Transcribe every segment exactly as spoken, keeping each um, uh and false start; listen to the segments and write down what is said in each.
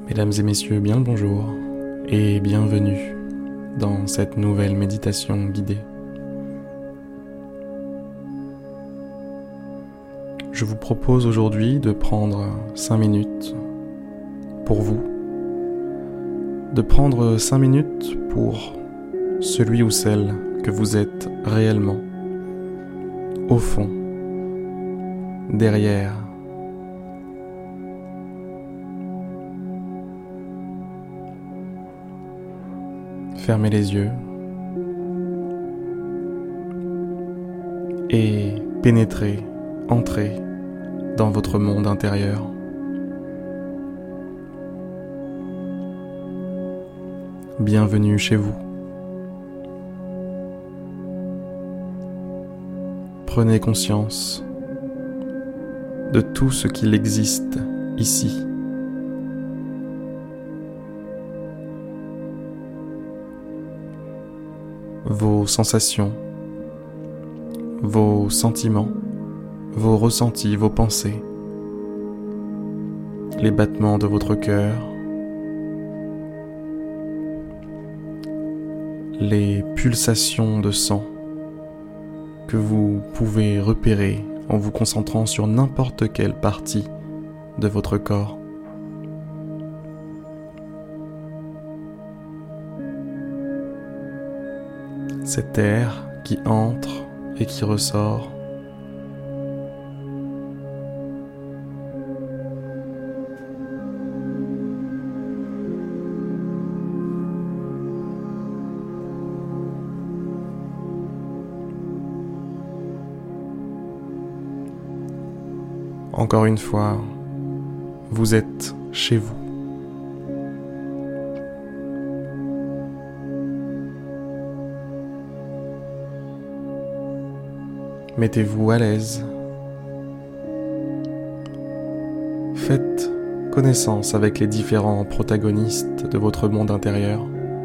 Mesdames et messieurs, bien le bonjour et bienvenue dans cette nouvelle méditation guidée. Je vous propose aujourd'hui de prendre cinq minutes pour vous, de prendre cinq minutes pour celui ou celle que vous êtes réellement, au fond, derrière. Fermez les yeux et pénétrez, entrez dans votre monde intérieur. Bienvenue chez vous. Prenez conscience de tout ce qu'il existe ici. Vos sensations, vos sentiments, vos ressentis, vos pensées, les battements de votre cœur, les pulsations de sang que vous pouvez repérer en vous concentrant sur n'importe quelle partie de votre corps. Cet air qui entre et qui ressort. Encore une fois, vous êtes chez vous. Mettez-vous à l'aise. Faites connaissance avec les différents protagonistes de votre monde intérieur.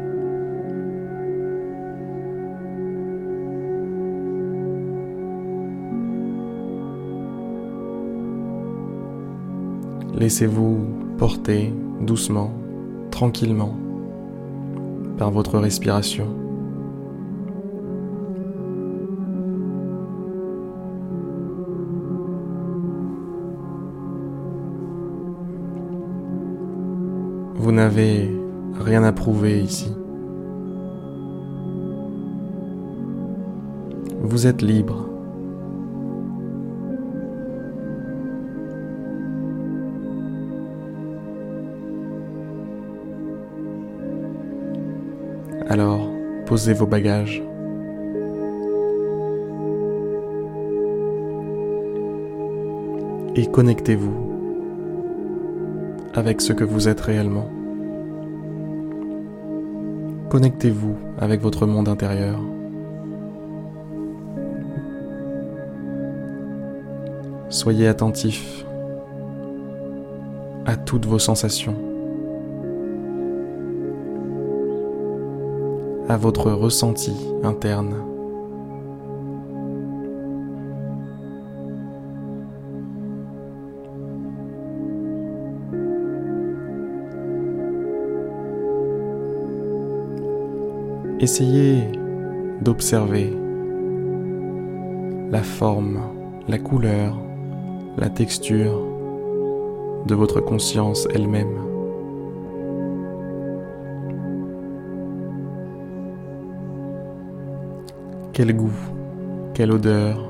Laissez-vous porter doucement, tranquillement, par votre respiration. Vous n'avez rien à prouver ici. Vous êtes libre. Alors, posez vos bagages. Et connectez-vous avec ce que vous êtes réellement. Connectez-vous avec votre monde intérieur. Soyez attentif à toutes vos sensations, à votre ressenti interne. Essayez d'observer la forme, la couleur, la texture de votre conscience elle-même. Quel goût, quelle odeur,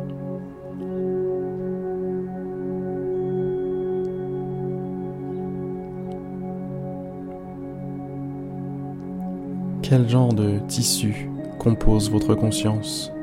quel genre de tissu compose votre conscience?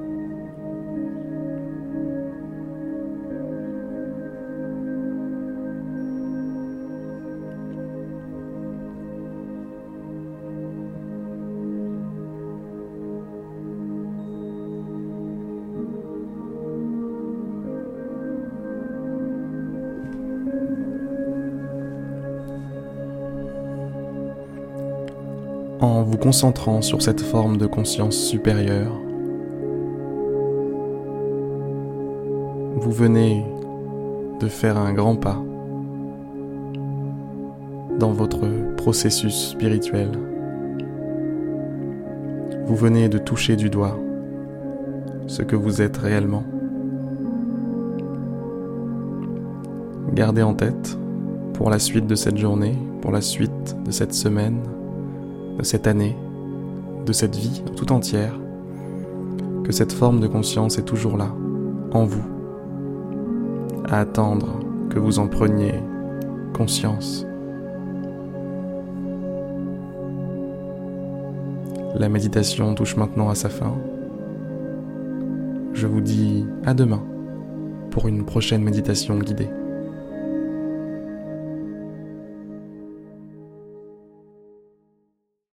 En vous concentrant sur cette forme de conscience supérieure, vous venez de faire un grand pas dans votre processus spirituel. Vous venez de toucher du doigt ce que vous êtes réellement. Gardez en tête, pour la suite de cette journée, pour la suite de cette semaine, de cette année, de cette vie tout entière, que cette forme de conscience est toujours là, en vous, à attendre que vous en preniez conscience. La méditation touche maintenant à sa fin. Je vous dis à demain pour une prochaine méditation guidée.